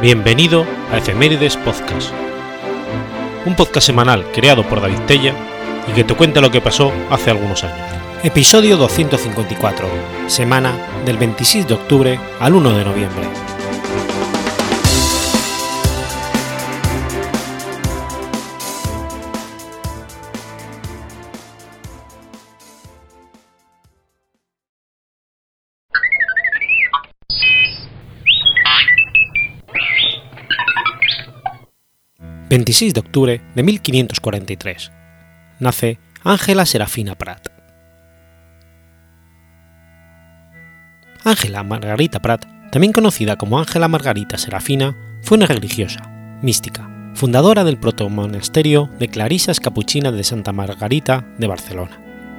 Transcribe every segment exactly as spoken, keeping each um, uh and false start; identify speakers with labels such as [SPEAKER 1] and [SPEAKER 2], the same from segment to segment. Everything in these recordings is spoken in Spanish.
[SPEAKER 1] Bienvenido a Efemérides Podcast, un podcast semanal creado por David Tella y que te cuenta lo que pasó hace algunos años. Episodio doscientos cincuenta y cuatro, semana del veintiséis de octubre al uno de noviembre. veintiséis de octubre de mil quinientos cuarenta y tres. Nace Ángela Serafina Prat. Ángela Margarita Prat, también conocida como Ángela Margarita Serafina, fue una religiosa, mística, fundadora del protomonasterio de Clarisas Capuchinas de Santa Margarita de Barcelona.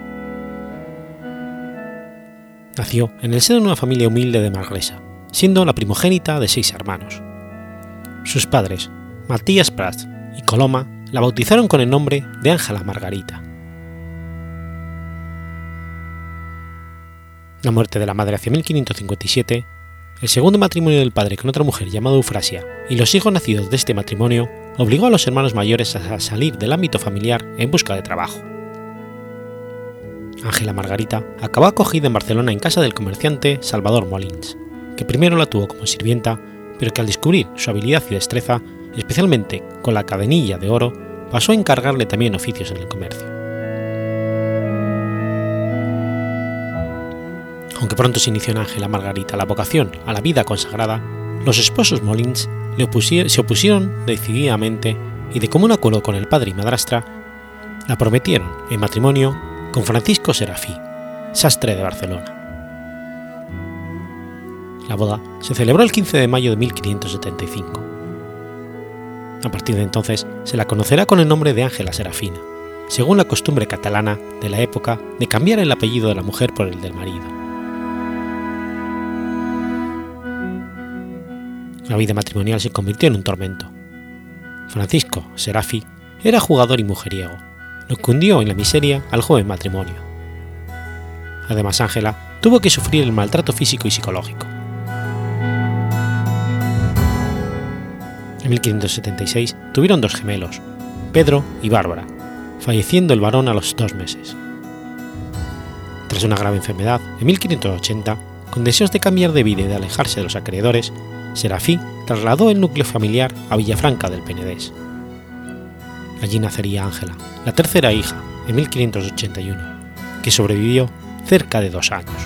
[SPEAKER 1] Nació en el seno de una familia humilde de Manresa, siendo la primogénita de seis hermanos. Sus padres, Matías Prat y Coloma, la bautizaron con el nombre de Ángela Margarita. La muerte de la madre hacia mil quinientos cincuenta y siete, el segundo matrimonio del padre con otra mujer llamada Eufrasia y los hijos nacidos de este matrimonio obligó a los hermanos mayores a salir del ámbito familiar en busca de trabajo. Ángela Margarita acabó acogida en Barcelona en casa del comerciante Salvador Molins, que primero la tuvo como sirvienta, pero que al descubrir su habilidad y destreza, especialmente con la cadenilla de oro, pasó a encargarle también oficios en el comercio. Aunque pronto se inició en Ángela Margarita la vocación a la vida consagrada, los esposos Molins le opusie- se opusieron decididamente y de común acuerdo con el padre y madrastra, la prometieron en matrimonio con Francisco Serafí, sastre de Barcelona. La boda se celebró el quince de mayo de mil quinientos setenta y cinco. A partir de entonces se la conocerá con el nombre de Ángela Serafina, según la costumbre catalana de la época de cambiar el apellido de la mujer por el del marido. La vida matrimonial se convirtió en un tormento. Francisco Serafí era jugador y mujeriego, lo que hundió en la miseria al joven matrimonio. Además, Ángela tuvo que sufrir el maltrato físico y psicológico. En mil quinientos setenta y seis tuvieron dos gemelos, Pedro y Bárbara, falleciendo el varón a los dos meses. Tras una grave enfermedad, en mil quinientos ochenta, con deseos de cambiar de vida y de alejarse de los acreedores, Serafí trasladó el núcleo familiar a Villafranca del Penedés. Allí nacería Ángela, la tercera hija, en mil quinientos ochenta y uno, que sobrevivió cerca de dos años.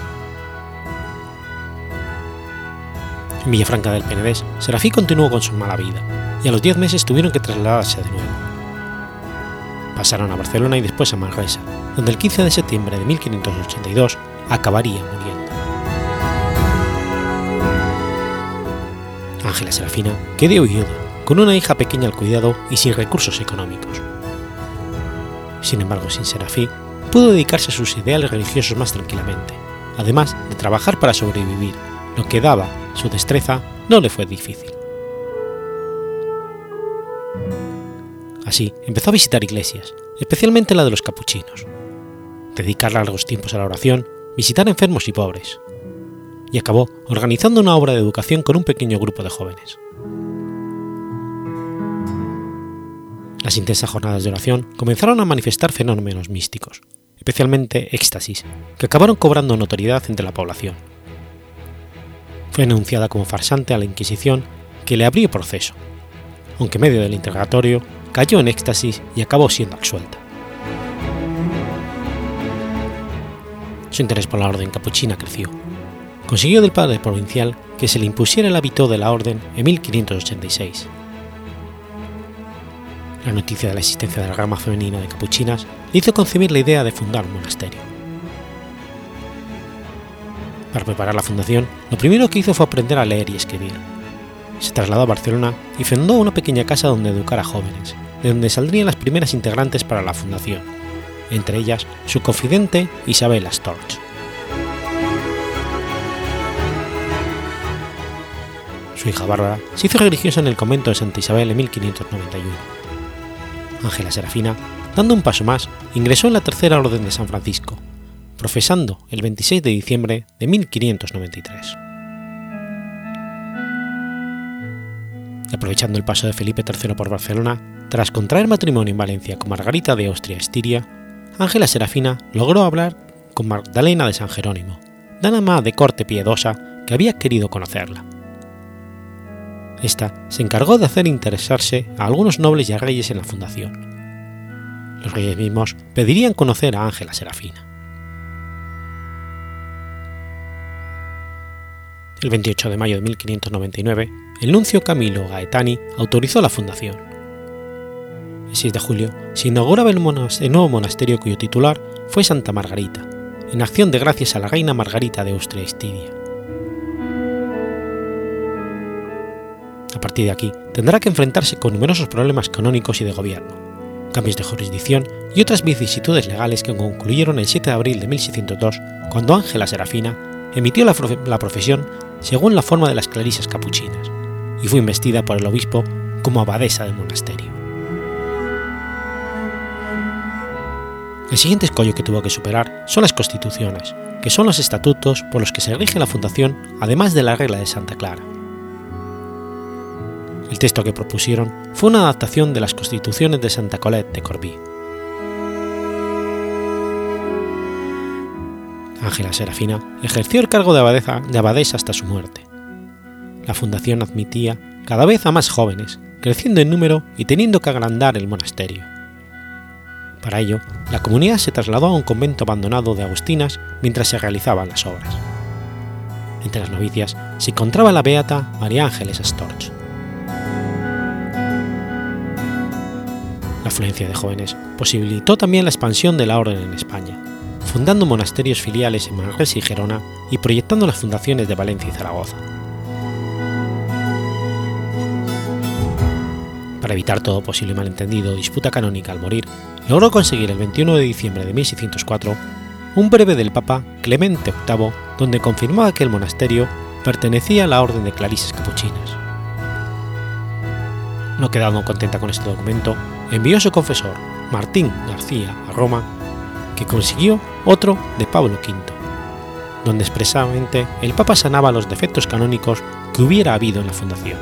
[SPEAKER 1] En Villafranca del Penedés, Serafí continuó con su mala vida, y a los diez meses tuvieron que trasladarse de nuevo. Pasaron a Barcelona y después a Manresa, donde el quince de septiembre de mil quinientos ochenta y dos acabaría muriendo. Ángela Serafina quedó viuda, con una hija pequeña al cuidado y sin recursos económicos. Sin embargo, sin Serafí, pudo dedicarse a sus ideales religiosos más tranquilamente, además de trabajar para sobrevivir, lo que daba su destreza no le fue difícil. Así, empezó a visitar iglesias, especialmente la de los capuchinos, dedicar largos tiempos a la oración, visitar enfermos y pobres, y acabó organizando una obra de educación con un pequeño grupo de jóvenes. Las intensas jornadas de oración comenzaron a manifestar fenómenos místicos, especialmente éxtasis, que acabaron cobrando notoriedad entre la población. Fue denunciada como farsante a la Inquisición, que le abrió proceso, aunque en medio del interrogatorio cayó en éxtasis y acabó siendo absuelta. Su interés por la orden capuchina creció. Consiguió del padre provincial que se le impusiera el hábito de la orden en mil quinientos ochenta y seis. La noticia de la existencia de la rama femenina de capuchinas le hizo concebir la idea de fundar un monasterio. Para preparar la fundación, lo primero que hizo fue aprender a leer y escribir. Se trasladó a Barcelona y fundó una pequeña casa donde educar a jóvenes, de donde saldrían las primeras integrantes para la fundación, entre ellas su confidente Isabel Astorch. Su hija Bárbara se hizo religiosa en el convento de Santa Isabel en mil quinientos noventa y uno. Ángela Serafina, dando un paso más, ingresó en la Tercera Orden de San Francisco, profesando el veintiséis de diciembre de mil quinientos noventa y tres. y aprovechando el paso de Felipe tercero por Barcelona, tras contraer matrimonio en Valencia con Margarita de Austria-Estiria, Ángela Serafina logró hablar con Magdalena de San Jerónimo, dama de corte piedosa que había querido conocerla. Esta se encargó de hacer interesarse a algunos nobles y a reyes en la fundación. Los reyes mismos pedirían conocer a Ángela Serafina. El veintiocho de mayo de mil quinientos noventa y nueve, el nuncio Camilo Gaetani autorizó la fundación. El seis de julio se inauguraba el, el nuevo monasterio cuyo titular fue Santa Margarita, en acción de gracias a la reina Margarita de Austria-Estiria. A partir de aquí tendrá que enfrentarse con numerosos problemas canónicos y de gobierno, cambios de jurisdicción y otras vicisitudes legales que concluyeron el siete de abril de mil seiscientos dos, cuando Ángela Serafina emitió la, la profesión según la forma de las clarisas capuchinas, y fue investida por el obispo como abadesa del monasterio. El siguiente escollo que tuvo que superar son las constituciones, que son los estatutos por los que se rige la fundación, además de la regla de Santa Clara. El texto que propusieron fue una adaptación de las constituciones de Santa Colette de Corbie. Ángela Serafina ejerció el cargo de abadesa, de abadesa hasta su muerte. La fundación admitía cada vez a más jóvenes, creciendo en número y teniendo que agrandar el monasterio. Para ello, la comunidad se trasladó a un convento abandonado de agustinas mientras se realizaban las obras. Entre las novicias se encontraba la beata María Ángeles Astorch. La afluencia de jóvenes posibilitó también la expansión de la orden en España, fundando monasterios filiales en Manresa y Gerona y proyectando las fundaciones de Valencia y Zaragoza. Para evitar todo posible malentendido o disputa canónica al morir, logró conseguir el veintiuno de diciembre de mil seiscientos cuatro un breve del Papa Clemente octavo donde confirmaba que el monasterio pertenecía a la orden de clarisas capuchinas. No quedando contenta con este documento, envió a su confesor, Martín García, a Roma, que consiguió otro de Pablo quinto, donde expresamente el Papa sanaba los defectos canónicos que hubiera habido en la fundación.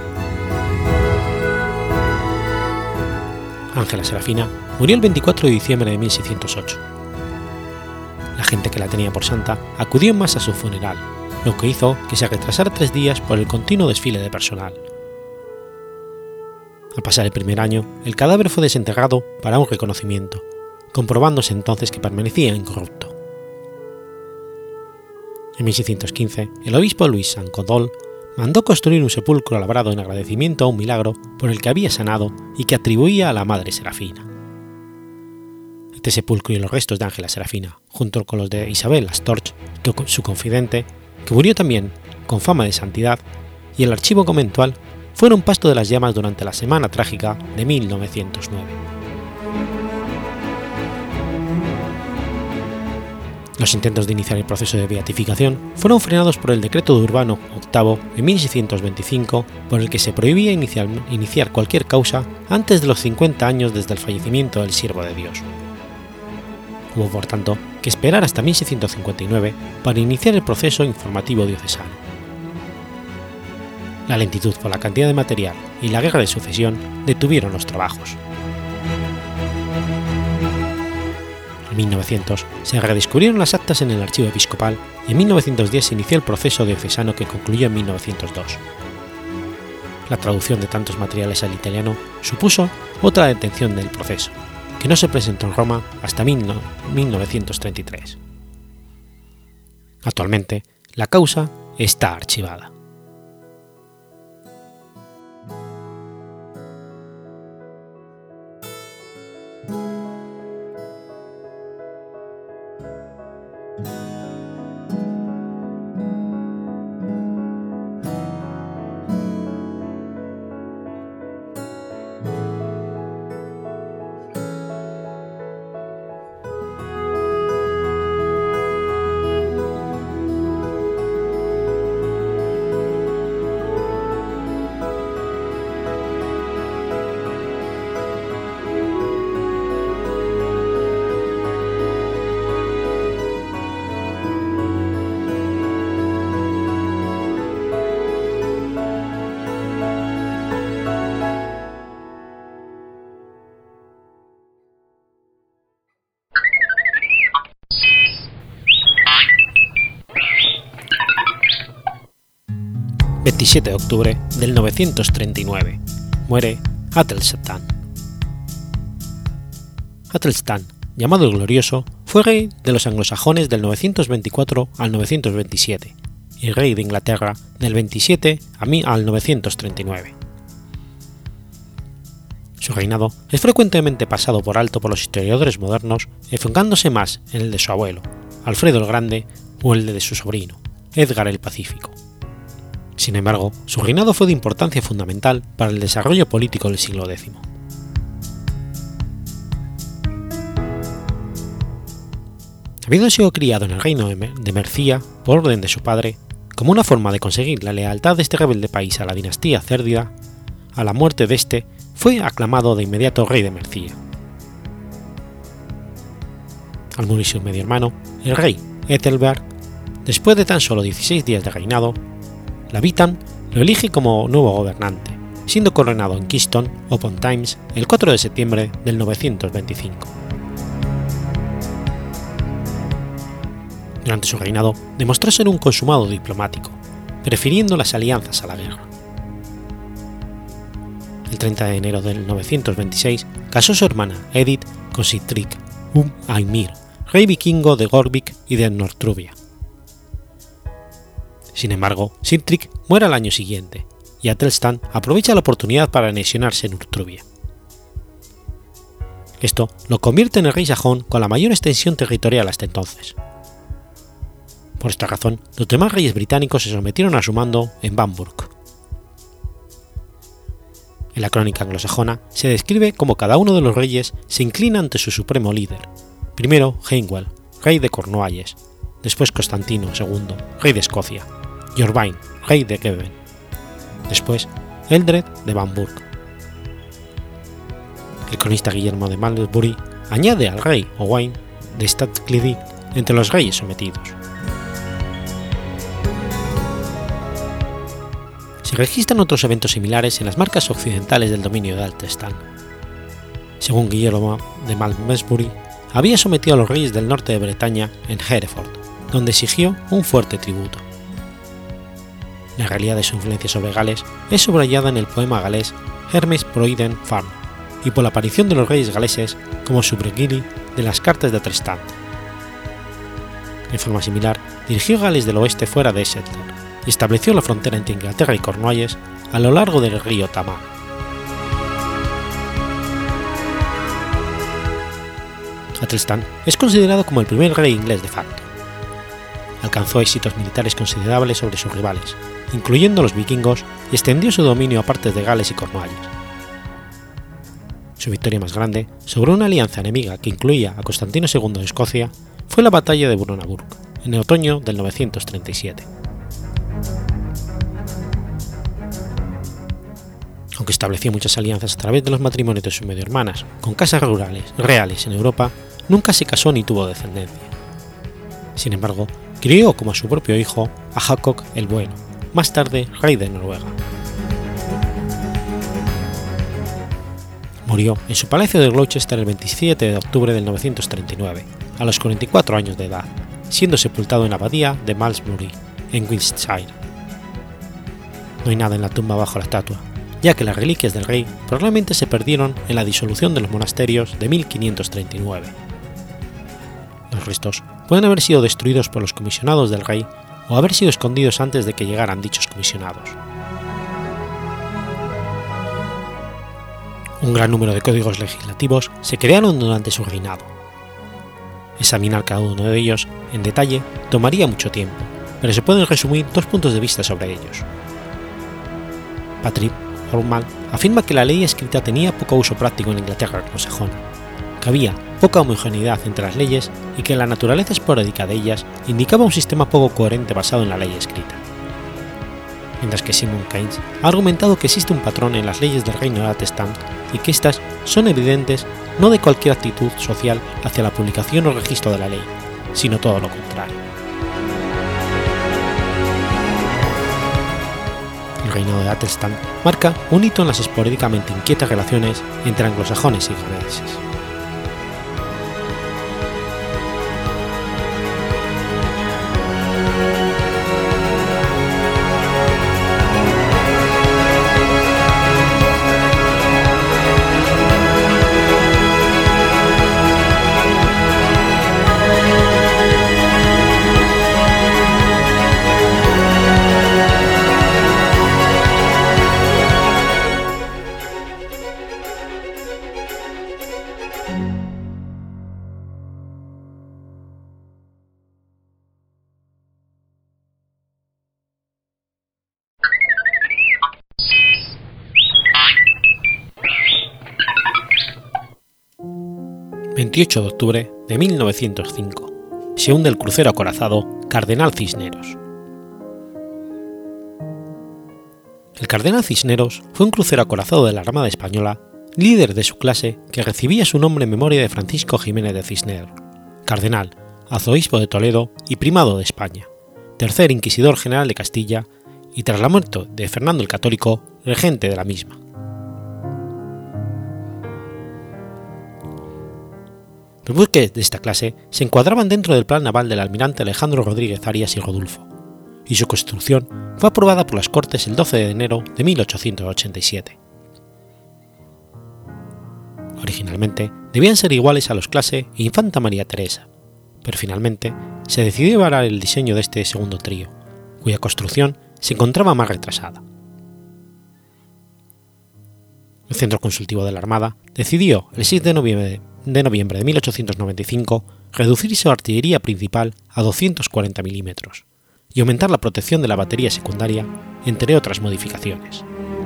[SPEAKER 1] Ángela Serafina murió el veinticuatro de diciembre de mil seiscientos ocho. La gente que la tenía por santa acudió en masa a su funeral, lo que hizo que se retrasara tres días por el continuo desfile de personal. Al pasar el primer año, el cadáver fue desenterrado para un reconocimiento, comprobándose entonces que permanecía incorrupto. En mil seiscientos quince, el obispo Luis Sancodol mandó construir un sepulcro labrado en agradecimiento a un milagro por el que había sanado y que atribuía a la Madre Serafina. Este sepulcro y los restos de Ángela Serafina, junto con los de Isabel Astorch, su confidente, que murió también con fama de santidad, y el archivo conventual, fueron pasto de las llamas durante la Semana Trágica de mil novecientos nueve. Los intentos de iniciar el proceso de beatificación fueron frenados por el decreto de Urbano octavo en mil seiscientos veinticinco, por el que se prohibía iniciar, iniciar cualquier causa antes de los cincuenta años desde el fallecimiento del siervo de Dios. Hubo, por tanto, que esperar hasta mil seiscientos cincuenta y nueve para iniciar el proceso informativo diocesano. La lentitud por la cantidad de material y la guerra de sucesión detuvieron los trabajos. En mil novecientos se redescubrieron las actas en el archivo episcopal y en mil novecientos diez se inició el proceso diocesano que concluyó en mil novecientos dos. La traducción de tantos materiales al italiano supuso otra detención del proceso, que no se presentó en Roma hasta mil novecientos treinta y tres. Actualmente, la causa está archivada. veintisiete de octubre del novecientos treinta y nueve, muere Atelstan. Atelstan, llamado el Glorioso, fue rey de los anglosajones del novecientos veinticuatro al novecientos veintisiete y rey de Inglaterra del veintisiete al novecientos treinta y nueve. Su reinado es frecuentemente pasado por alto por los historiadores modernos, enfocándose más en el de su abuelo, Alfredo el Grande, o el de su sobrino, Edgar el Pacífico. Sin embargo, su reinado fue de importancia fundamental para el desarrollo político del siglo décimo. Habiendo sido criado en el reino de Mercia por orden de su padre, como una forma de conseguir la lealtad de este rebelde país a la dinastía cérdida, a la muerte de este fue aclamado de inmediato rey de Mercia. Al morir su medio hermano, el rey Ethelbert, después de tan solo dieciséis días de reinado, Lavitan lo elige como nuevo gobernante, siendo coronado en Kingston upon Thames el cuatro de septiembre del novecientos veinticinco. Durante su reinado demostró ser un consumado diplomático, prefiriendo las alianzas a la guerra. El treinta de enero del novecientos veintiséis casó su hermana Edith con Sigtryg um Aimir, rey vikingo de Gorvik y de Northumbria. Sin embargo, Sigtryg muere al año siguiente, y Athelstan aprovecha la oportunidad para anexionarse en Northumbria. Esto lo convierte en el rey sajón con la mayor extensión territorial hasta entonces. Por esta razón, los demás reyes británicos se sometieron a su mando en Bamburgh. En la crónica anglosajona se describe cómo cada uno de los reyes se inclina ante su supremo líder, primero Heinwald, rey de Cornualles, después Constantino segundo, rey de Escocia, y Orbain, rey de Gebben, después Eldred de Bamburgh. El cronista Guillermo de Malmesbury añade al rey Owain de Strathclyde entre los reyes sometidos. Se registran otros eventos similares en las marcas occidentales del dominio de Athelstan. Según Guillermo de Malmesbury, había sometido a los reyes del norte de Bretaña en Hereford, donde exigió un fuerte tributo. La realidad de su influencia sobre Gales es subrayada en el poema galés Hermes Broiden Farm y por la aparición de los reyes galeses como subregili de las cartas de Athelstan. En forma similar, dirigió Gales del oeste fuera de Exeter y estableció la frontera entre Inglaterra y Cornualles a lo largo del río Tamar. Athelstan es considerado como el primer rey inglés de facto. Alcanzó éxitos militares considerables sobre sus rivales, incluyendo los vikingos, y extendió su dominio a partes de Gales y Cornualles. Su victoria más grande sobre una alianza enemiga que incluía a Constantino segundo de Escocia fue la batalla de Brunanburh, en el otoño del novecientos treinta y siete. Aunque estableció muchas alianzas a través de los matrimonios de sus medio hermanas con casas rurales reales en Europa, nunca se casó ni tuvo descendencia. Sin embargo, crió como a su propio hijo a Haakon el Bueno, más tarde rey de Noruega. Murió en su palacio de Gloucester el veintisiete de octubre del novecientos treinta y nueve, a los cuarenta y cuatro años de edad, siendo sepultado en la abadía de Malmesbury, en Wiltshire. No hay nada en la tumba bajo la estatua, ya que las reliquias del rey probablemente se perdieron en la disolución de los monasterios de mil quinientos treinta y nueve. Los restos pueden haber sido destruidos por los comisionados del rey o haber sido escondidos antes de que llegaran dichos comisionados. Un gran número de códigos legislativos se crearon durante su reinado. Examinar cada uno de ellos en detalle tomaría mucho tiempo, pero se pueden resumir dos puntos de vista sobre ellos. Patrick Orman afirma que la ley escrita tenía poco uso práctico en Inglaterra anglosajona, que había poca homogeneidad entre las leyes y que la naturaleza esporádica de ellas indicaba un sistema poco coherente basado en la ley escrita. Mientras que Simon Keynes ha argumentado que existe un patrón en las leyes del reino de Athelstan y que éstas son evidentes no de cualquier actitud social hacia la publicación o registro de la ley, sino todo lo contrario. El reinado de Athelstan marca un hito en las esporádicamente inquietas relaciones entre anglosajones y galeses. veintiocho de octubre de mil novecientos cinco. Se hunde el crucero acorazado Cardenal Cisneros. El Cardenal Cisneros fue un crucero acorazado de la Armada Española, líder de su clase, que recibía su nombre en memoria de Francisco Jiménez de Cisneros, cardenal, arzobispo de Toledo y primado de España, tercer inquisidor general de Castilla, y tras la muerte de Fernando el Católico, regente de la misma. Los buques de esta clase se encuadraban dentro del plan naval del almirante Alejandro Rodríguez Arias y Rodulfo, y su construcción fue aprobada por las Cortes el doce de enero de mil ochocientos ochenta y siete. Originalmente debían ser iguales a los clase Infanta María Teresa, pero finalmente se decidió varar el diseño de este segundo trío, cuya construcción se encontraba más retrasada. El Centro Consultivo de la Armada decidió el seis de noviembre de noviembre de mil ochocientos noventa y cinco reducir su artillería principal a doscientos cuarenta milímetros y aumentar la protección de la batería secundaria, entre otras modificaciones.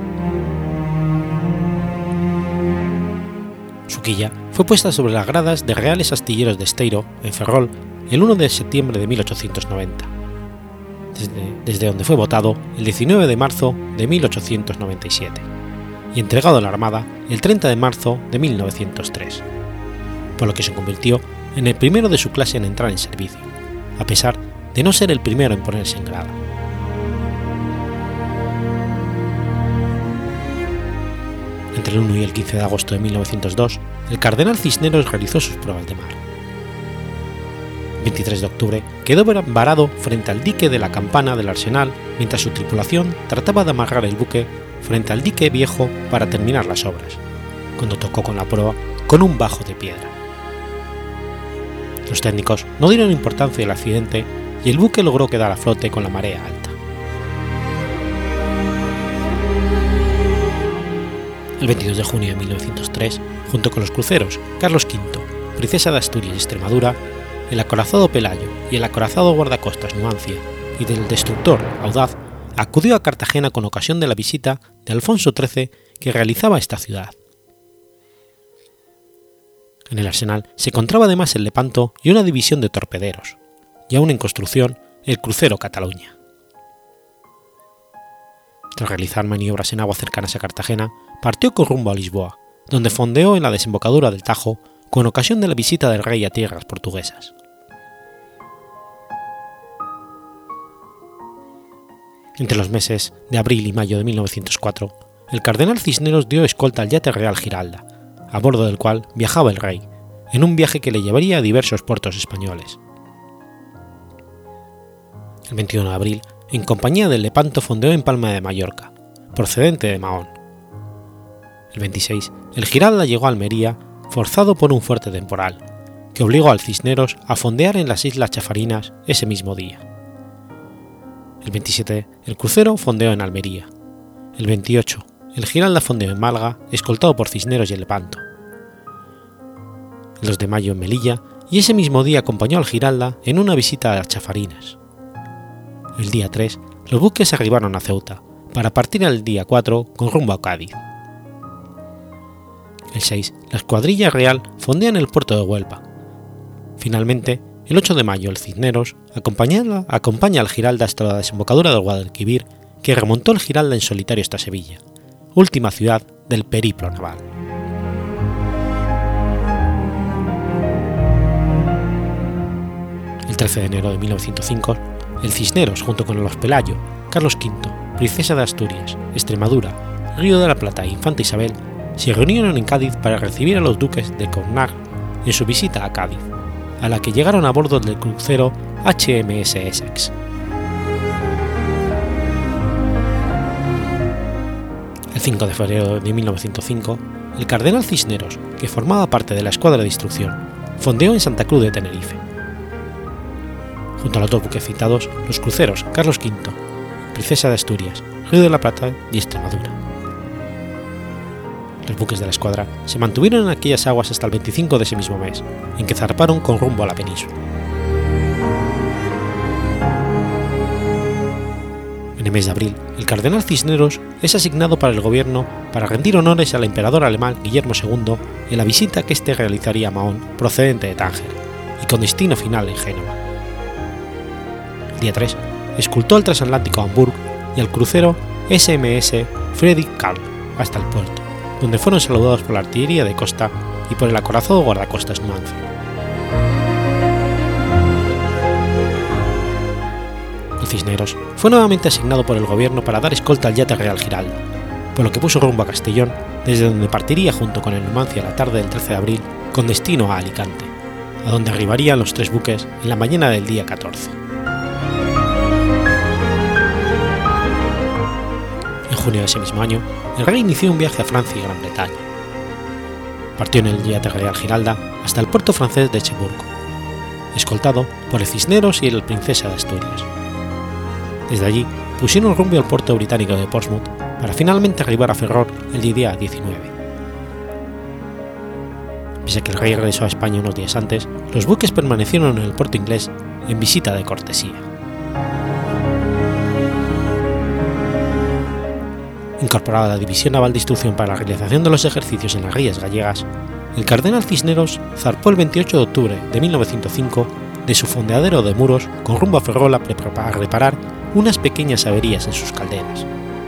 [SPEAKER 1] Su quilla fue puesta sobre las gradas de Reales Astilleros de Esteiro, en Ferrol, el uno de septiembre de mil ochocientos noventa, desde, desde donde fue votado el diecinueve de marzo de mil ochocientos noventa y siete, y entregado a la Armada el treinta de marzo de mil novecientos tres, por lo que se convirtió en el primero de su clase en entrar en servicio, a pesar de no ser el primero en ponerse en grada. Entre el uno y el quince de agosto de mil novecientos dos, el Cardenal Cisneros realizó sus pruebas de mar. El veintitrés de octubre quedó varado frente al dique de la Campana del Arsenal mientras su tripulación trataba de amarrar el buque frente al dique viejo para terminar las obras, cuando tocó con la proa con un bajo de piedra. Los técnicos no dieron importancia al accidente y el buque logró quedar a flote con la marea alta. El veintidós de junio de mil novecientos tres, junto con los cruceros Carlos quinto, Princesa de Asturias y Extremadura, el acorazado Pelayo y el acorazado guardacostas Numancia y del destructor Audaz, acudió a Cartagena con ocasión de la visita de Alfonso trece que realizaba esta ciudad. En el arsenal se encontraba además el Lepanto y una división de torpederos, y aún en construcción el crucero Cataluña. Tras realizar maniobras en aguas cercanas a Cartagena, partió con rumbo a Lisboa, donde fondeó en la desembocadura del Tajo con ocasión de la visita del rey a tierras portuguesas. Entre los meses de abril y mayo de mil novecientos cuatro, el Cardenal Cisneros dio escolta al yate real Giralda, a bordo del cual viajaba el rey, en un viaje que le llevaría a diversos puertos españoles. El veintiuno de abril, en compañía del Lepanto, fondeó en Palma de Mallorca, procedente de Mahón. El veintiséis, el Giralda llegó a Almería, forzado por un fuerte temporal, que obligó al Cisneros a fondear en las Islas Chafarinas ese mismo día. El veintisiete, el crucero fondeó en Almería. El veintiocho, el Giralda fondeó en Málaga, escoltado por Cisneros y el Lepanto. El dos de mayo en Melilla, y ese mismo día acompañó al Giralda en una visita a las Chafarinas. El día tres, los buques arribaron a Ceuta, para partir el día cuatro con rumbo a Cádiz. El seis, la escuadrilla real fondea en el puerto de Huelva. Finalmente, el ocho de mayo, el Cisneros acompaña, acompaña al Giralda hasta la desembocadura del Guadalquivir, que remontó el Giralda en solitario hasta Sevilla, última ciudad del periplo naval. El trece de enero de mil novecientos cinco, el Cisneros, junto con los Pelayo, Carlos quinto, Princesa de Asturias, Extremadura, Río de la Plata e Infanta Isabel, se reunieron en Cádiz para recibir a los duques de Cornagh en su visita a Cádiz, a la que llegaron a bordo del crucero H M S Essex. El cinco de febrero de mil novecientos cinco, el Cardenal Cisneros, que formaba parte de la escuadra de instrucción, fondeó en Santa Cruz de Tenerife. Junto a los dos buques citados, los cruceros Carlos quinto, Princesa de Asturias, Río de la Plata y Extremadura. Los buques de la escuadra se mantuvieron en aquellas aguas hasta el veinticinco de ese mismo mes, en que zarparon con rumbo a la península. En el mes de abril, el cardenal Cisneros es asignado para el gobierno para rendir honores al emperador alemán Guillermo segundo en la visita que éste realizaría a Mahón procedente de Tánger y con destino final en Génova. El día tres, escoltó al transatlántico Hamburg y al crucero ese eme ese Friedrich Karl hasta el puerto, donde fueron saludados por la artillería de costa y por el acorazado guardacostas Numancia. El Cisneros fue nuevamente asignado por el gobierno para dar escolta al yate Real Giralda, por lo que puso rumbo a Castellón, desde donde partiría junto con el Numancia la tarde del trece de abril con destino a Alicante, a donde arribarían los tres buques en la mañana del día catorce. En junio de ese mismo año, el rey inició un viaje a Francia y Gran Bretaña. Partió en el yate Real Giralda hasta el puerto francés de Cherbourg, escoltado por el Cisneros y el Princesa de Asturias. Desde allí pusieron rumbo al puerto británico de Portsmouth para finalmente arribar a Ferrol el día diecinueve. Pese a que el rey regresó a España unos días antes, los buques permanecieron en el puerto inglés en visita de cortesía. Incorporado a la División Naval de Instrucción para la realización de los ejercicios en las Rías Gallegas, el cardenal Cisneros zarpó el veintiocho de octubre de mil novecientos cinco de su fondeadero de Muros con rumbo a Ferrol a reparar unas pequeñas averías en sus calderas.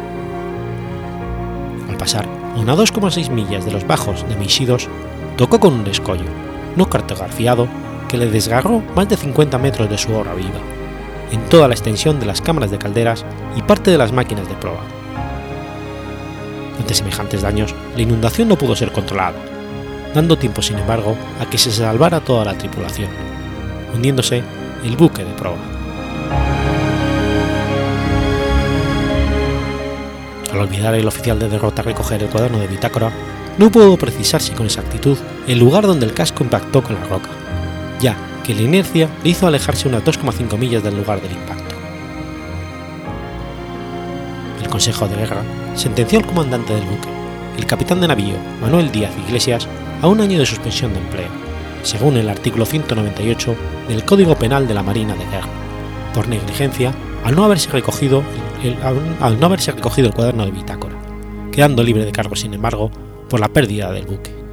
[SPEAKER 1] Al pasar a unas dos coma seis millas de los bajos de Meixidos, tocó con un escollo, no cartografiado, que le desgarró más de cincuenta metros de su obra viva, en toda la extensión de las cámaras de calderas y parte de las máquinas de proa. Ante semejantes daños, la inundación no pudo ser controlada, dando tiempo sin embargo a que se salvara toda la tripulación, hundiéndose el buque de proa. Al olvidar el oficial de derrota recoger el cuaderno de bitácora, no pudo precisarse con exactitud el lugar donde el casco impactó con la roca, ya que la inercia le hizo alejarse unas dos coma cinco millas del lugar del impacto. El Consejo de Guerra sentenció al comandante del buque, el capitán de navío Manuel Díaz Iglesias, a un año de suspensión de empleo, según el artículo ciento noventa y ocho del Código Penal de la Marina de Guerra, por negligencia al no haberse recogido el, al no haberse recogido el cuaderno de bitácora, quedando libre de cargo sin embargo por la pérdida del buque.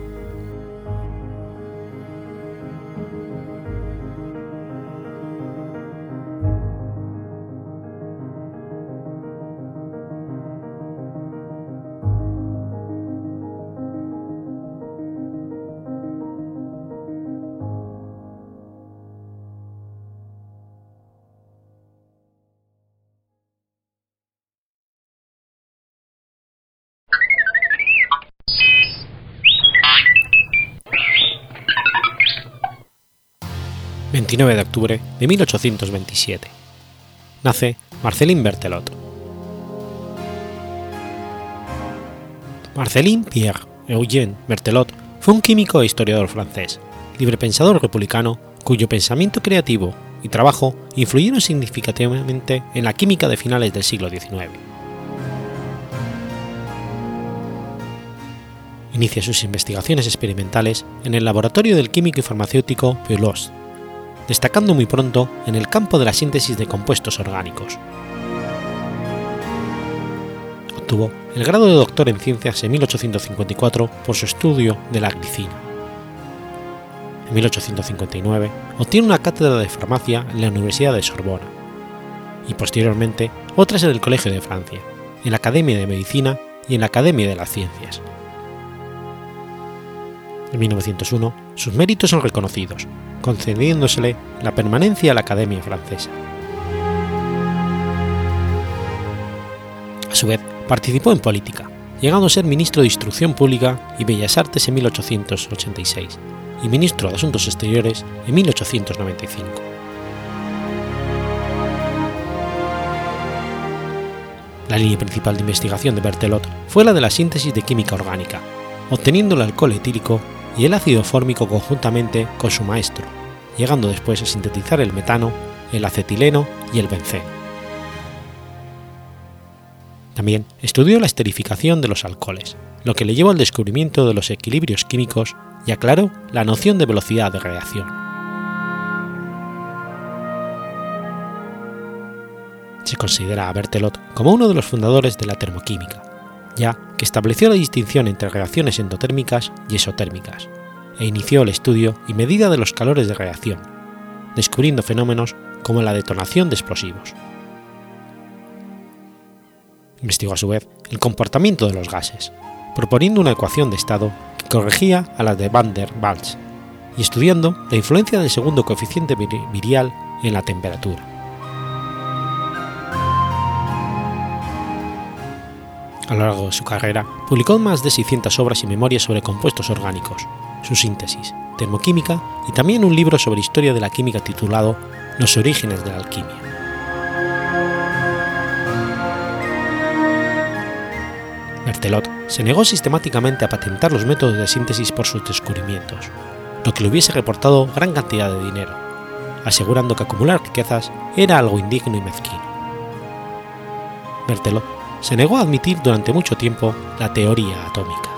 [SPEAKER 1] veintinueve de octubre de mil ochocientos veintisiete. Nace Marcellin Berthelot. Marcellin Pierre Eugène Berthelot fue un químico e historiador francés, librepensador republicano, cuyo pensamiento creativo y trabajo influyeron significativamente en la química de finales del siglo diecinueve. Inicia sus investigaciones experimentales en el laboratorio del químico y farmacéutico Pélosse, destacando muy pronto en el campo de la síntesis de compuestos orgánicos. Obtuvo el grado de doctor en ciencias en mil ochocientos cincuenta y cuatro por su estudio de la glicina. En mil ochocientos cincuenta y nueve obtiene una cátedra de farmacia en la Universidad de Sorbona y posteriormente otras en el Colegio de Francia, en la Academia de Medicina y en la Academia de las Ciencias. En mil novecientos uno sus méritos son reconocidos, concediéndosele la permanencia a la Academia Francesa. A su vez, participó en política, llegando a ser ministro de Instrucción Pública y Bellas Artes en mil ochocientos ochenta y seis y ministro de Asuntos Exteriores en mil ochocientos noventa y cinco. La línea principal de investigación de Berthelot fue la de la síntesis de química orgánica, obteniendo el alcohol etílico y el ácido fórmico conjuntamente con su maestro, llegando después a sintetizar el metano, el acetileno y el benceno. También estudió la esterificación de los alcoholes, lo que le llevó al descubrimiento de los equilibrios químicos y aclaró la noción de velocidad de reacción. Se considera a Berthelot como uno de los fundadores de la termoquímica, ya que estableció la distinción entre reacciones endotérmicas y exotérmicas, e inició el estudio y medida de los calores de reacción, descubriendo fenómenos como la detonación de explosivos. Investigó a su vez el comportamiento de los gases, proponiendo una ecuación de estado que corregía a la de Van der Waals y estudiando la influencia del segundo coeficiente virial en la temperatura. A lo largo de su carrera, publicó más de seiscientas obras y memorias sobre compuestos orgánicos, su síntesis, termoquímica y también un libro sobre historia de la química titulado Los orígenes de la alquimia. Berthelot se negó sistemáticamente a patentar los métodos de síntesis por sus descubrimientos, lo que le hubiese reportado gran cantidad de dinero, asegurando que acumular riquezas era algo indigno y mezquino. Berthelot se negó a admitir durante mucho tiempo la teoría atómica.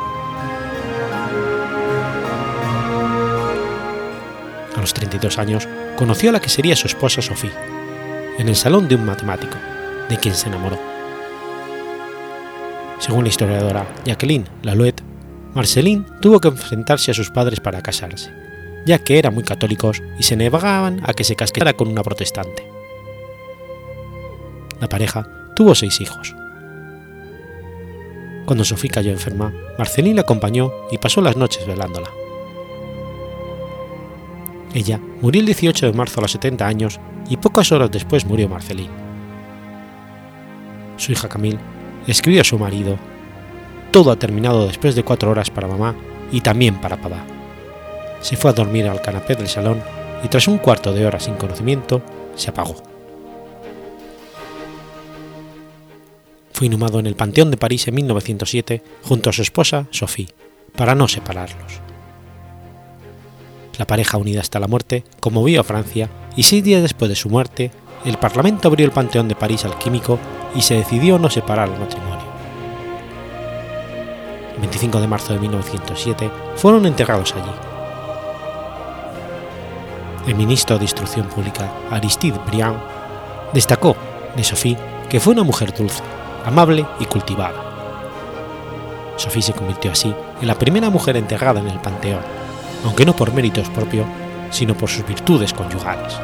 [SPEAKER 1] A los treinta y dos años conoció a la que sería su esposa Sophie, en el salón de un matemático, de quien se enamoró. Según la historiadora Jacqueline Lalouette, Marceline tuvo que enfrentarse a sus padres para casarse, ya que eran muy católicos y se negaban a que se casara con una protestante. La pareja tuvo seis hijos. Cuando Sophie cayó enferma, Marceline la acompañó y pasó las noches velándola. Ella murió el dieciocho de marzo a los setenta años y pocas horas después murió Marceline. Su hija Camille escribió a su marido: «Todo ha terminado después de cuatro horas para mamá y también para papá». Se fue a dormir al canapé del salón y tras un cuarto de hora sin conocimiento, se apagó. Fue inhumado en el Panteón de París en mil novecientos siete junto a su esposa Sophie, para no separarlos. La pareja, unida hasta la muerte, conmovió a Francia y seis días después de su muerte, el Parlamento abrió el Panteón de París al químico y se decidió no separar el matrimonio. El veinticinco de marzo de mil novecientos siete fueron enterrados allí. El ministro de Instrucción Pública, Aristide Briand, destacó de Sophie que fue una mujer dulce, amable y cultivada. Sophie se convirtió así en la primera mujer enterrada en el Panteón, aunque no por méritos propios, sino por sus virtudes conyugales.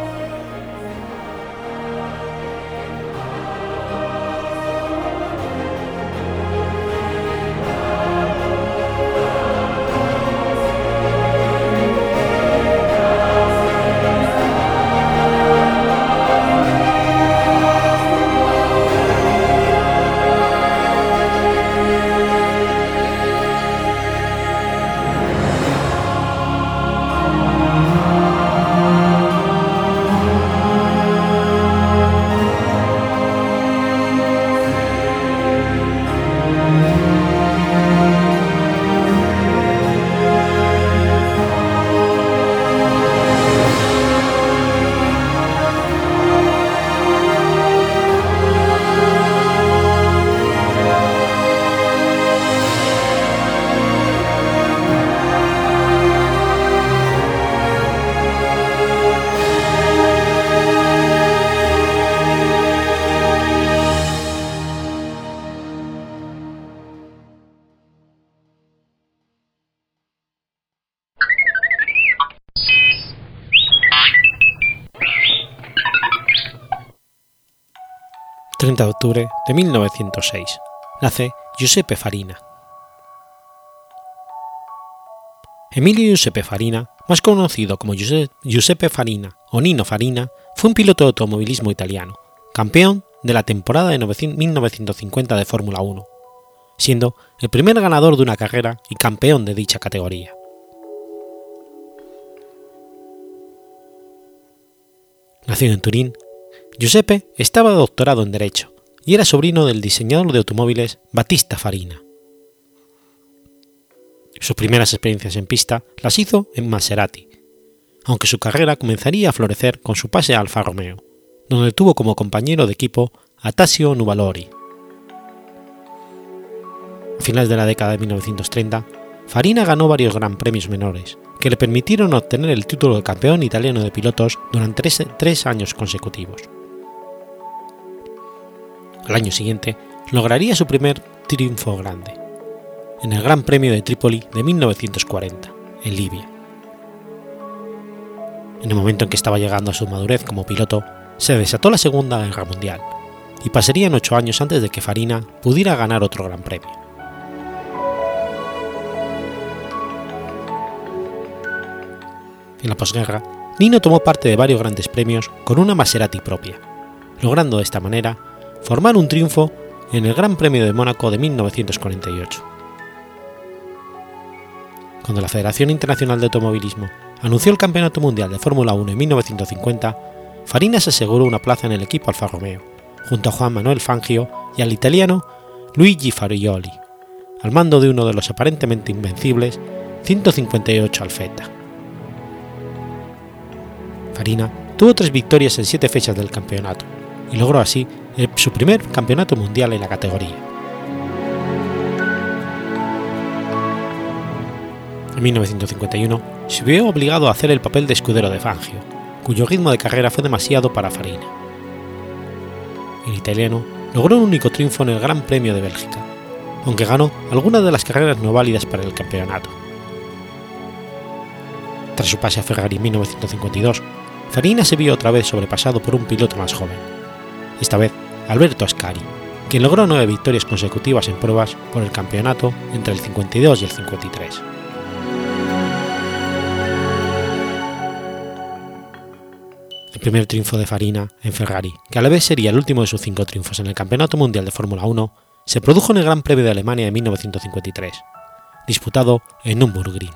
[SPEAKER 1] treinta de octubre de mil novecientos seis. Nace Giuseppe Farina. Emilio Giuseppe Farina, más conocido como Giuseppe Farina o Nino Farina, fue un piloto de automovilismo italiano, campeón de la temporada de mil novecientos cincuenta de Fórmula uno, siendo el primer ganador de una carrera y campeón de dicha categoría. Nacido en Turín, Giuseppe estaba doctorado en Derecho y era sobrino del diseñador de automóviles Battista Farina. Sus primeras experiencias en pista las hizo en Maserati, aunque su carrera comenzaría a florecer con su pase a Alfa Romeo, donde tuvo como compañero de equipo a Tasio Nuvolari. A finales de la década de mil novecientos treinta, Farina ganó varios gran premios menores, que le permitieron obtener el título de campeón italiano de pilotos durante tres, tres años consecutivos. Al año siguiente lograría su primer triunfo grande, en el Gran Premio de Trípoli de mil novecientos cuarenta, en Libia. En el momento en que estaba llegando a su madurez como piloto, se desató la Segunda Guerra Mundial, y pasarían ocho años antes de que Farina pudiera ganar otro Gran Premio. En la posguerra, Nino tomó parte de varios grandes premios con una Maserati propia, logrando de esta manera formar un triunfo en el Gran Premio de Mónaco de mil novecientos cuarenta y ocho. Cuando la Federación Internacional de Automovilismo anunció el Campeonato Mundial de Fórmula uno en mil novecientos cincuenta, Farina se aseguró una plaza en el equipo Alfa Romeo, junto a Juan Manuel Fangio y al italiano Luigi Farioli, al mando de uno de los aparentemente invencibles ciento cincuenta y ocho Alfetta. Farina tuvo tres victorias en siete fechas del campeonato y logró así el, su primer campeonato mundial en la categoría. En mil novecientos cincuenta y uno se vio obligado a hacer el papel de escudero de Fangio, cuyo ritmo de carrera fue demasiado para Farina. El italiano logró un único triunfo en el Gran Premio de Bélgica, aunque ganó algunas de las carreras no válidas para el campeonato. Tras su pase a Ferrari en mil novecientos cincuenta y dos, Farina se vio otra vez sobrepasado por un piloto más joven, esta vez Alberto Ascari, quien logró nueve victorias consecutivas en pruebas por el campeonato entre el cincuenta y dos y el cincuenta y tres. El primer triunfo de Farina en Ferrari, que a la vez sería el último de sus cinco triunfos en el Campeonato Mundial de Fórmula uno, se produjo en el Gran Premio de Alemania de mil novecientos cincuenta y tres, disputado en Nürburgring.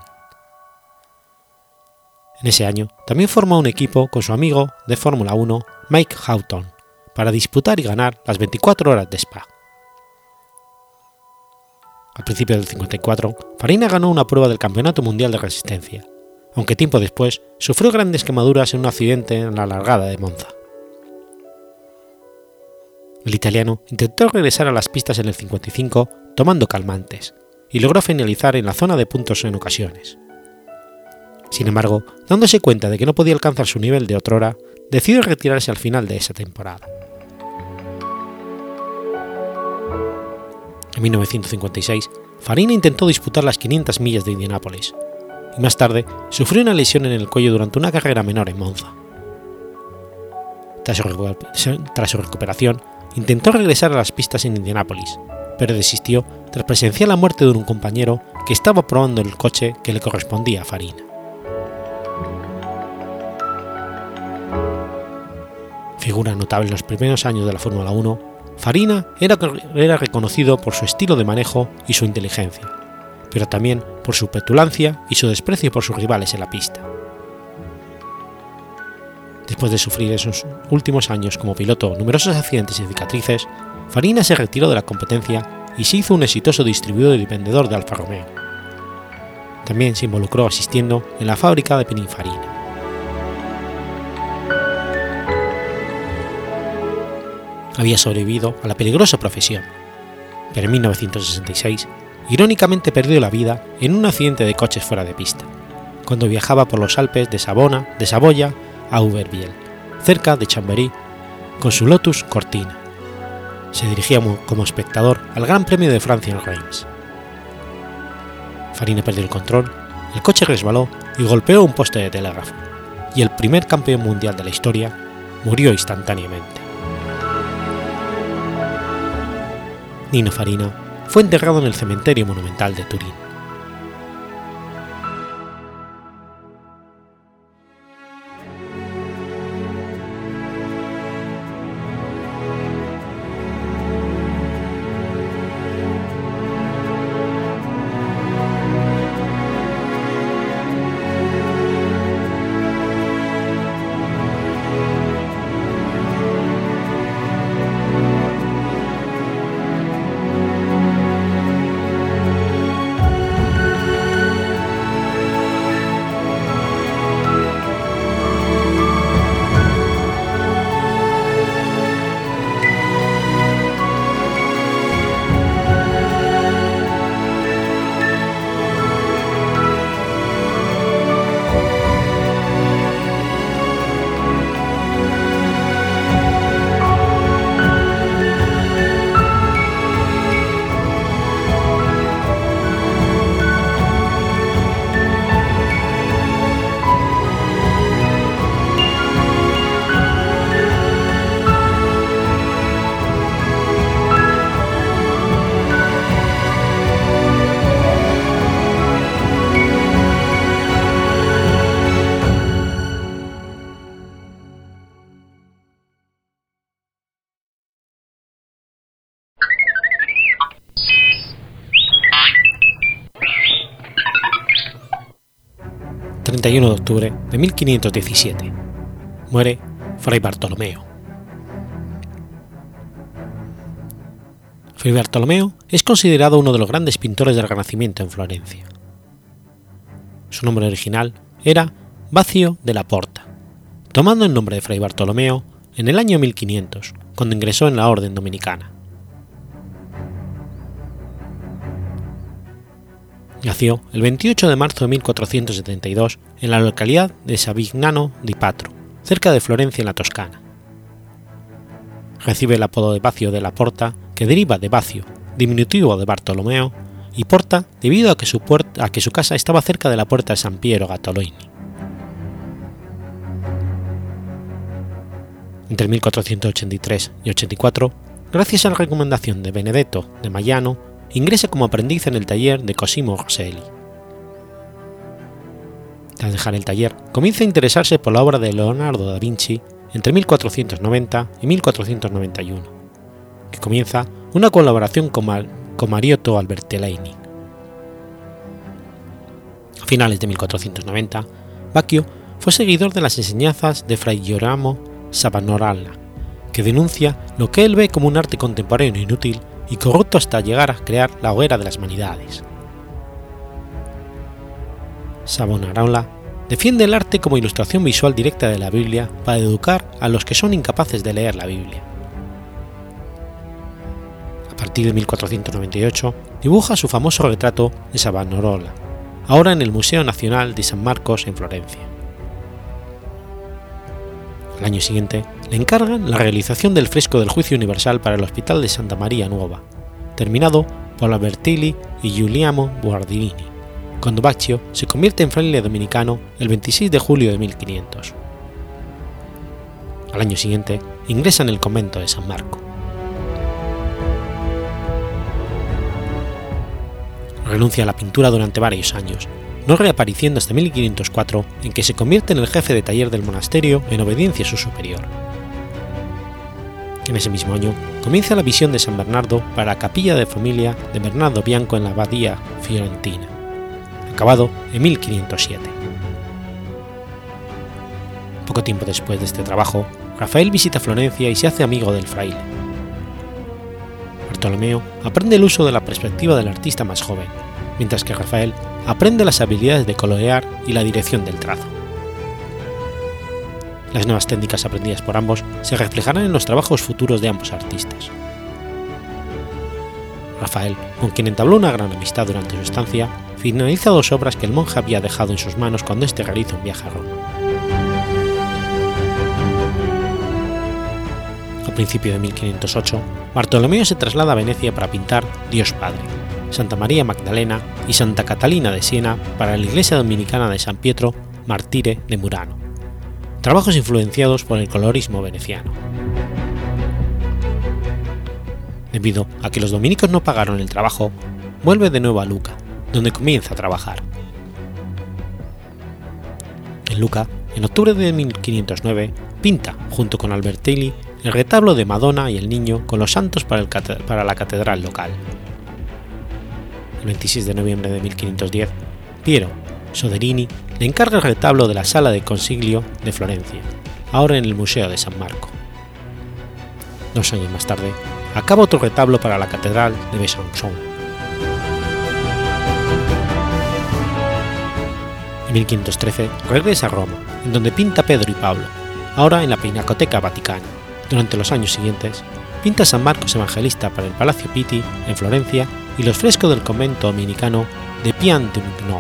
[SPEAKER 1] En ese año también formó un equipo con su amigo de Fórmula uno Mike Hawthorn para disputar y ganar las veinticuatro horas de Spa. Al principio del cincuenta y cuatro, Farina ganó una prueba del Campeonato Mundial de Resistencia, aunque tiempo después sufrió grandes quemaduras en un accidente en la largada de Monza. El italiano intentó regresar a las pistas en el cincuenta y cinco tomando calmantes y logró finalizar en la zona de puntos en ocasiones. Sin embargo, dándose cuenta de que no podía alcanzar su nivel de otrora, decidió retirarse al final de esa temporada. En mil novecientos cincuenta y seis, Farina intentó disputar las quinientas millas de Indianápolis, y más tarde sufrió una lesión en el cuello durante una carrera menor en Monza. Tras su, tras su recuperación, intentó regresar a las pistas en Indianápolis, pero desistió tras presenciar la muerte de un compañero que estaba probando el coche que le correspondía a Farina. Figura notable en los primeros años de la Fórmula uno, Farina era, era reconocido por su estilo de manejo y su inteligencia, pero también por su petulancia y su desprecio por sus rivales en la pista. Después de sufrir en sus últimos años como piloto numerosos accidentes y cicatrices, Farina se retiró de la competencia y se hizo un exitoso distribuidor y vendedor de Alfa Romeo. También se involucró asistiendo en la fábrica de Pininfarina. Había sobrevivido a la peligrosa profesión, pero en mil novecientos sesenta y seis irónicamente perdió la vida en un accidente de coches fuera de pista, cuando viajaba por los Alpes de Savona, de Saboya a Aubervilliers, cerca de Chambéry, con su Lotus Cortina. Se dirigía como espectador al Gran Premio de Francia en Reims. Farina perdió el control, el coche resbaló y golpeó un poste de telégrafo, y el primer campeón mundial de la historia murió instantáneamente. Nino Farina fue enterrado en el cementerio monumental de Turín. treinta y uno de octubre de mil quinientos diecisiete. Muere Fray Bartolomeo. Fray Bartolomeo es considerado uno de los grandes pintores del Renacimiento en Florencia. Su nombre original era Baccio della Porta, tomando el nombre de Fray Bartolomeo en el año mil quinientos, cuando ingresó en la orden dominicana. Nació el veintiocho de marzo de mil cuatrocientos setenta y dos en la localidad de Savignano di Patro, cerca de Florencia en la Toscana. Recibe el apodo de Baccio della Porta, que deriva de Baccio, diminutivo de Bartolomeo, y Porta debido a que su, puerta, a que su casa estaba cerca de la puerta de San Piero Gattolini. Entre mil cuatrocientos ochenta y tres y ochenta y cuatro, gracias a la recomendación de Benedetto de Maiano, ingresa como aprendiz en el taller de Cosimo Rosselli. Tras dejar el taller, comienza a interesarse por la obra de Leonardo da Vinci entre mil cuatrocientos noventa y mil cuatrocientos noventa y uno, que comienza una colaboración con, Mar con Mariotto Albertellini. A finales de mil cuatrocientos noventa, Baccio fue seguidor de las enseñanzas de Fray Girolamo Savonarola, que denuncia lo que él ve como un arte contemporáneo inútil y corrupto hasta llegar a crear la hoguera de las vanidades. Savonarola defiende el arte como ilustración visual directa de la Biblia para educar a los que son incapaces de leer la Biblia. A partir de mil cuatrocientos noventa y ocho dibuja su famoso retrato de Savonarola, ahora en el Museo Nacional de San Marcos en Florencia. Al año siguiente le encargan la realización del fresco del Juicio Universal para el Hospital de Santa María Nuova, terminado por Albertelli y Giuliano Guardini, cuando Baccio se convierte en fraile dominicano el veintiséis de julio de mil quinientos. Al año siguiente ingresa en el convento de San Marco. Renuncia a la pintura durante varios años, no reapareciendo hasta mil quinientos cuatro, en que se convierte en el jefe de taller del monasterio en obediencia a su superior. En ese mismo año comienza la visión de San Bernardo para la capilla de familia de Bernardo Bianco en la abadía fiorentina, acabado en mil quinientos siete. Poco tiempo después de este trabajo, Rafael visita Florencia y se hace amigo del fraile. Bartolomeo aprende el uso de la perspectiva del artista más joven, mientras que Rafael aprende las habilidades de colorear y la dirección del trazo. Las nuevas técnicas aprendidas por ambos se reflejarán en los trabajos futuros de ambos artistas. Rafael, con quien entabló una gran amistad durante su estancia, finaliza dos obras que el monje había dejado en sus manos cuando éste realiza un viaje a Roma. A principios de mil quinientos ocho, Bartolomeo se traslada a Venecia para pintar Dios Padre, Santa María Magdalena y Santa Catalina de Siena para la iglesia dominicana de San Pietro Martire de Murano, trabajos influenciados por el colorismo veneciano. Debido a que los dominicos no pagaron el trabajo, vuelve de nuevo a Lucca, donde comienza a trabajar. En Lucca, en octubre de mil quinientos nueve, pinta, junto con Albertelli, el retablo de Madonna y el Niño con los santos para, el, para la catedral local. El veintiséis de noviembre de mil quinientos diez, Piero Soderini le encarga el retablo de la Sala de Consiglio de Florencia, ahora en el Museo de San Marco. Dos años más tarde, acaba otro retablo para la Catedral de Besançon. En mil quinientos trece regresa a Roma, en donde pinta Pedro y Pablo, ahora en la Pinacoteca Vaticana. Durante los años siguientes, pinta San Marcos Evangelista para el Palacio Pitti en Florencia y los frescos del convento dominicano de Pian de Mignon.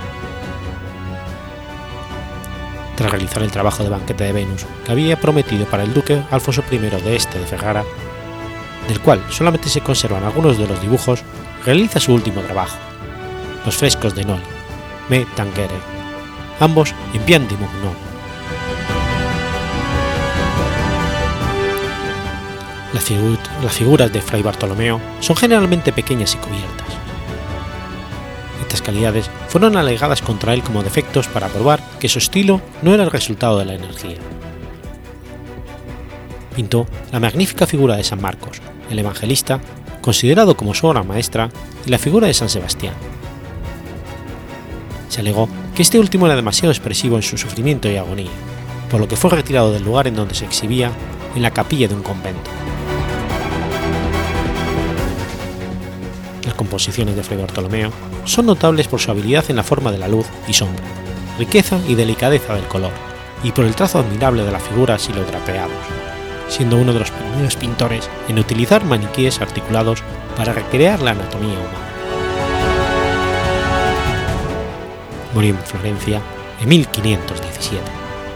[SPEAKER 1] Tras realizar el trabajo de banquete de Venus que había prometido para el duque Alfonso primero de Este de Ferrara, del cual solamente se conservan algunos de los dibujos, realiza su último trabajo, los frescos de Noli, Me Tangere, ambos en Pian de Mignon. Las, figu las figuras de Fray Bartolomeo son generalmente pequeñas y cubiertas. Estas calidades fueron alegadas contra él como defectos para probar que su estilo no era el resultado de la energía. Pintó la magnífica figura de San Marcos, el Evangelista, considerado como su obra maestra, y la figura de San Sebastián. se alegó que este último era demasiado expresivo en su sufrimiento y agonía, por lo que fue retirado del lugar en donde se exhibía, en la capilla de un convento. Las composiciones de Fray Bartolomeo son notables por su habilidad en la forma de la luz y sombra, riqueza y delicadeza del color, y por el trazo admirable de las figuras y los drapeados, siendo uno de los primeros pintores en utilizar maniquíes articulados para recrear la anatomía humana. Murió en Florencia en mil quinientos diecisiete.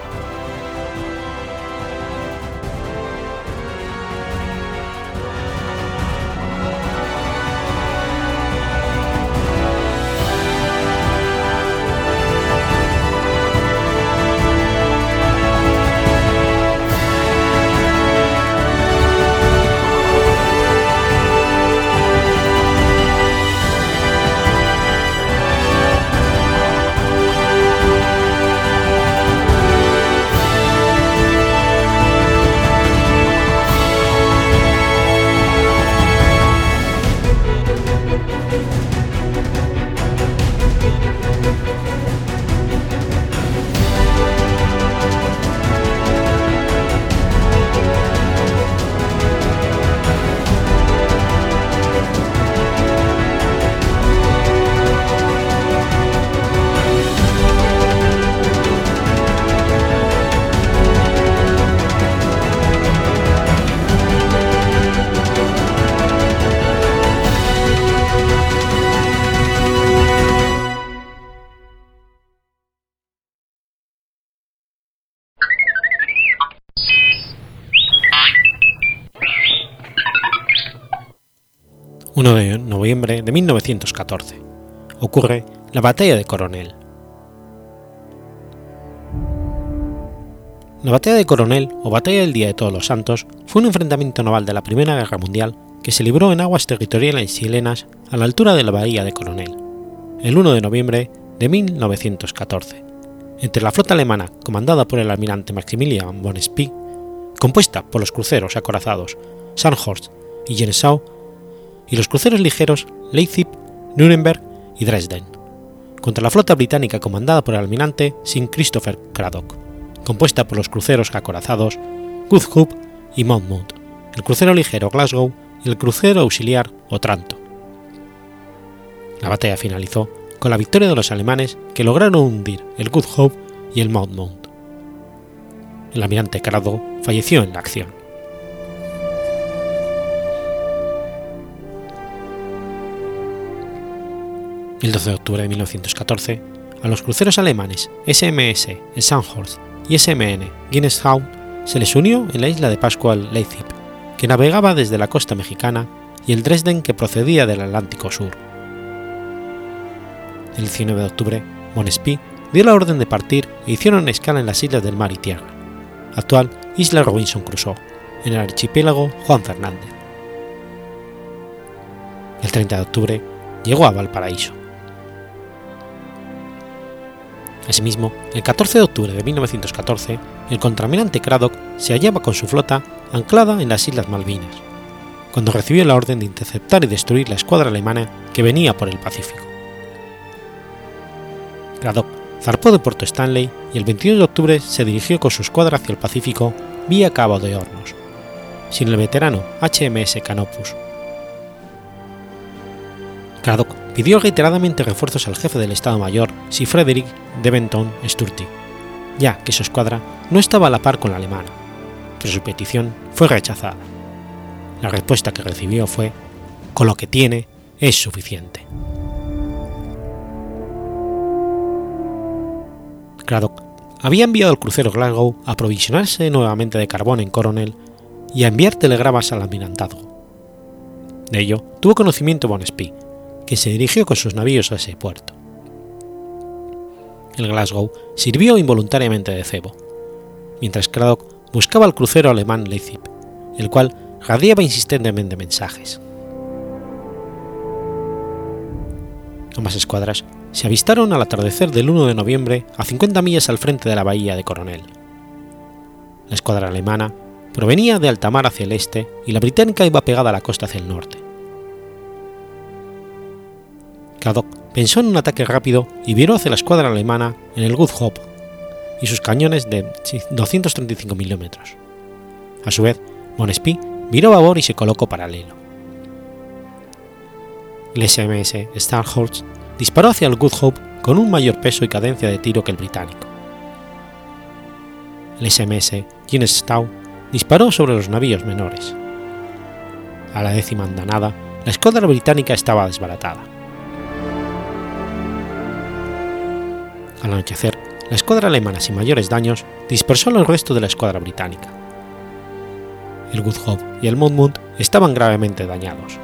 [SPEAKER 1] uno de noviembre de mil novecientos catorce. Ocurre la Batalla de Coronel. La Batalla de Coronel, o Batalla del Día de Todos los Santos, fue un enfrentamiento naval de la Primera Guerra Mundial que se libró en aguas territoriales chilenas a la altura de la Bahía de Coronel, el uno de noviembre de mil novecientos catorce, entre la flota alemana comandada por el almirante Maximilian von Spee, compuesta por los cruceros acorazados Scharnhorst y Jensau, y los cruceros ligeros Leipzig, Nuremberg y Dresden, contra la flota británica comandada por el almirante Sir Christopher Cradock, compuesta por los cruceros acorazados Good Hope y Monmouth, el crucero ligero Glasgow y el crucero auxiliar Otranto. La batalla finalizó con la victoria de los alemanes, que lograron hundir el Good Hope y el Monmouth. El almirante Cradock falleció en la acción. El doce de octubre de mil novecientos catorce, a los cruceros alemanes S M S Scharnhorst y S M N Guinnesshaus se les unió en la isla de Pascua el Leipzig, que navegaba desde la costa mexicana, y el Dresden, que procedía del Atlántico Sur. El diecinueve de octubre, von Spee dio la orden de partir e hicieron escala en las islas del Mar y Tierra, actual Isla Robinson Crusoe, en el archipiélago Juan Fernández. El treinta de octubre llegó a Valparaíso. Asimismo, el catorce de octubre de mil novecientos catorce, el contraalmirante Cradock se hallaba con su flota anclada en las Islas Malvinas, cuando recibió la orden de interceptar y destruir la escuadra alemana que venía por el Pacífico. Cradock zarpó de Puerto Stanley y el veintidós de octubre se dirigió con su escuadra hacia el Pacífico vía Cabo de Hornos, sin el veterano H M S Canopus. Cradock pidió reiteradamente refuerzos al jefe del Estado Mayor, Sir Frederick Debenton Sturty, ya que su escuadra no estaba a la par con la alemana, pero su petición fue rechazada. La respuesta que recibió fue: «Con lo que tiene es suficiente». Cradock había enviado al crucero Glasgow a aprovisionarse nuevamente de carbón en Coronel y a enviar telegramas al almirantazgo. De ello tuvo conocimiento von Spee, que se dirigió con sus navíos a ese puerto. El Glasgow sirvió involuntariamente de cebo, mientras Cradock buscaba al crucero alemán Leipzig, el cual radiaba insistentemente mensajes. Ambas escuadras se avistaron al atardecer del uno de noviembre a cincuenta millas al frente de la bahía de Coronel. La escuadra alemana provenía de alta mar hacia el este y la británica iba pegada a la costa hacia el norte. Cradock pensó en un ataque rápido y viró hacia la escuadra alemana en el Good Hope y sus cañones de doscientos treinta y cinco milímetros. A su vez, von Spee viró a babor y se colocó paralelo. El ese eme ese Starhorse disparó hacia el Good Hope con un mayor peso y cadencia de tiro que el británico. El ese eme ese Johnstown disparó sobre los navíos menores. A la décima andanada, la escuadra británica estaba desbaratada. Al anochecer, la escuadra alemana sin mayores daños dispersó los restos de la escuadra británica. El Good Hope y el Monmouth estaban gravemente dañados.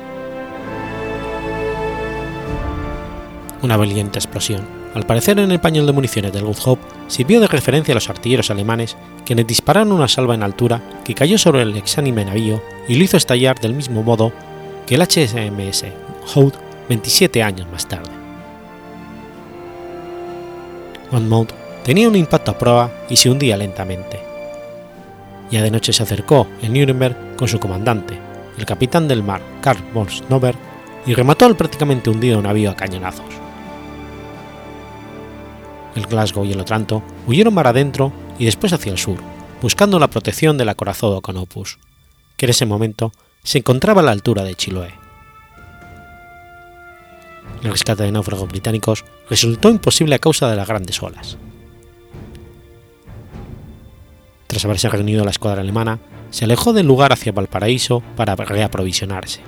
[SPEAKER 1] Una valiente explosión, al parecer en el pañol de municiones del Good Hope, sirvió de referencia a los artilleros alemanes, quienes dispararon una salva en altura que cayó sobre el exánime navío y lo hizo estallar del mismo modo que el hache eme ese Hood veintisiete años más tarde. Monmouth tenía un impacto a prueba y se hundía lentamente. Ya de noche se acercó el Nuremberg con su comandante, el capitán del mar Karl von Snober, y remató al prácticamente hundido navío a cañonazos. El Glasgow y el Otranto huyeron mar adentro y después hacia el sur, buscando la protección del acorazado Canopus, que en ese momento se encontraba a la altura de Chiloé. El rescate de náufragos británicos resultó imposible a causa de las grandes olas. Tras haberse reunido la escuadra alemana, se alejó del lugar hacia Valparaíso para reaprovisionarse.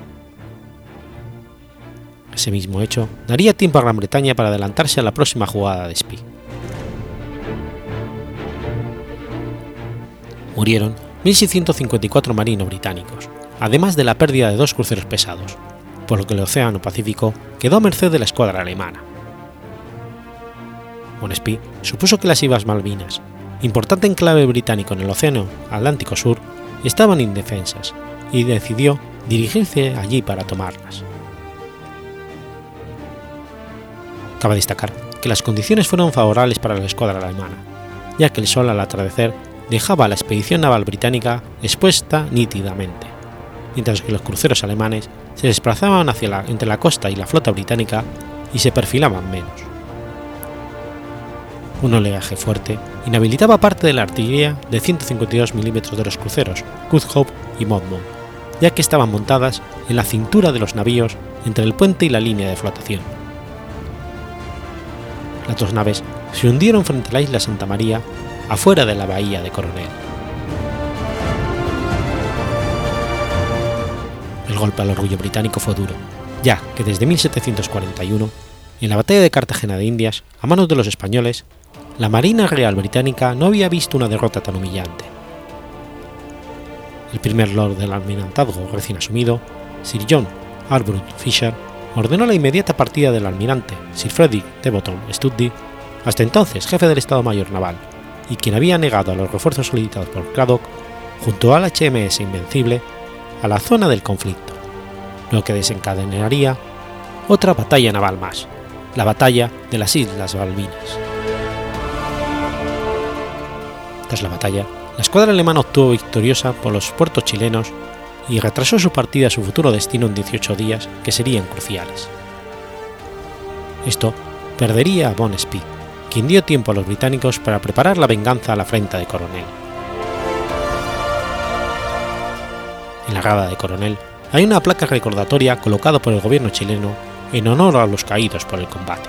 [SPEAKER 1] Ese mismo hecho daría tiempo a Gran Bretaña para adelantarse a la próxima jugada de Spee. Murieron mil seiscientos cincuenta y cuatro marinos británicos, además de la pérdida de dos cruceros pesados, por lo que el Océano Pacífico quedó a merced de la escuadra alemana. Von Spee supuso que las Islas Malvinas, importante enclave británico en el Océano Atlántico Sur, estaban indefensas y decidió dirigirse allí para tomarlas. Cabe destacar que las condiciones fueron favorables para la escuadra alemana, ya que el sol al atardecer dejaba a la expedición naval británica expuesta nítidamente, mientras que los cruceros alemanes se desplazaban hacia la, entre la costa y la flota británica y se perfilaban menos. Un oleaje fuerte inhabilitaba parte de la artillería de ciento cincuenta y dos milímetros de los cruceros Good Hope y Monmouth, ya que estaban montadas en la cintura de los navíos entre el puente y la línea de flotación. Las dos naves se hundieron frente a la isla Santa María, afuera de la bahía de Coronel. El golpe al orgullo británico fue duro, ya que desde mil setecientos cuarenta y uno, en la batalla de Cartagena de Indias, a manos de los españoles, la Marina Real Británica no había visto una derrota tan humillante. El primer Lord del Almirantazgo recién asumido, Sir John Arbuthnot Fisher, ordenó la inmediata partida del almirante Sir Frederick Devoton Studley, hasta entonces jefe del Estado Mayor Naval, y quien había negado a los refuerzos solicitados por Cradock, junto al hache eme ese Invencible, a la zona del conflicto, lo que desencadenaría otra batalla naval más, la batalla de las Islas Malvinas. Tras la batalla, la escuadra alemana obtuvo victoriosa por los puertos chilenos y retrasó su partida a su futuro destino en dieciocho días, que serían cruciales. Esto perdería a Von Spee, quien dio tiempo a los británicos para preparar la venganza a la afrenta de Coronel. En la grada de Coronel hay una placa recordatoria colocada por el gobierno chileno en honor a los caídos por el combate.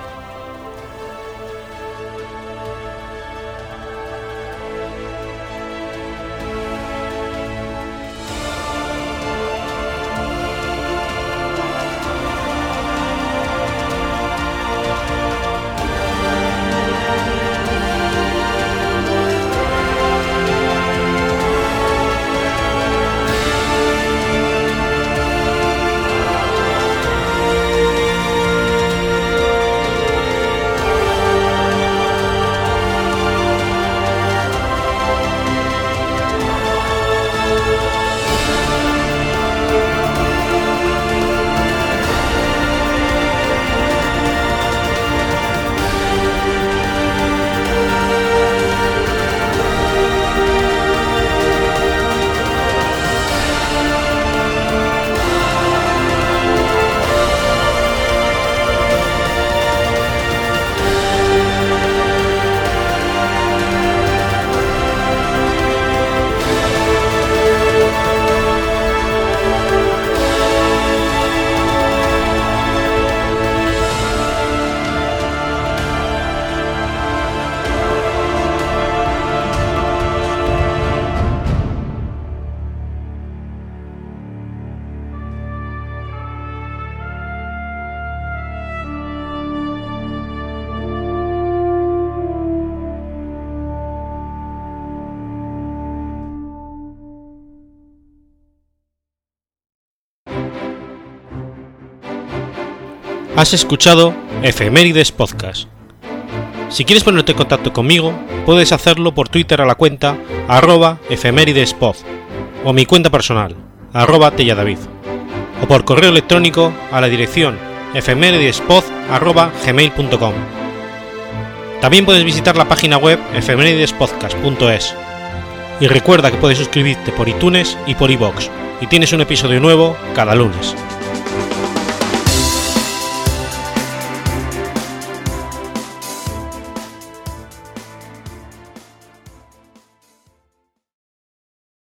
[SPEAKER 1] Has escuchado Efemérides Podcast. Si quieres ponerte en contacto conmigo, puedes hacerlo por Twitter a la cuenta arroba efemeridespod o a mi cuenta personal, arroba telladavid, o por correo electrónico a la dirección efemeridespod arroba gmail punto com. También puedes visitar la página web efemeridespodcast punto es. Y recuerda que puedes suscribirte por iTunes y por iVoox, y tienes un episodio nuevo cada lunes.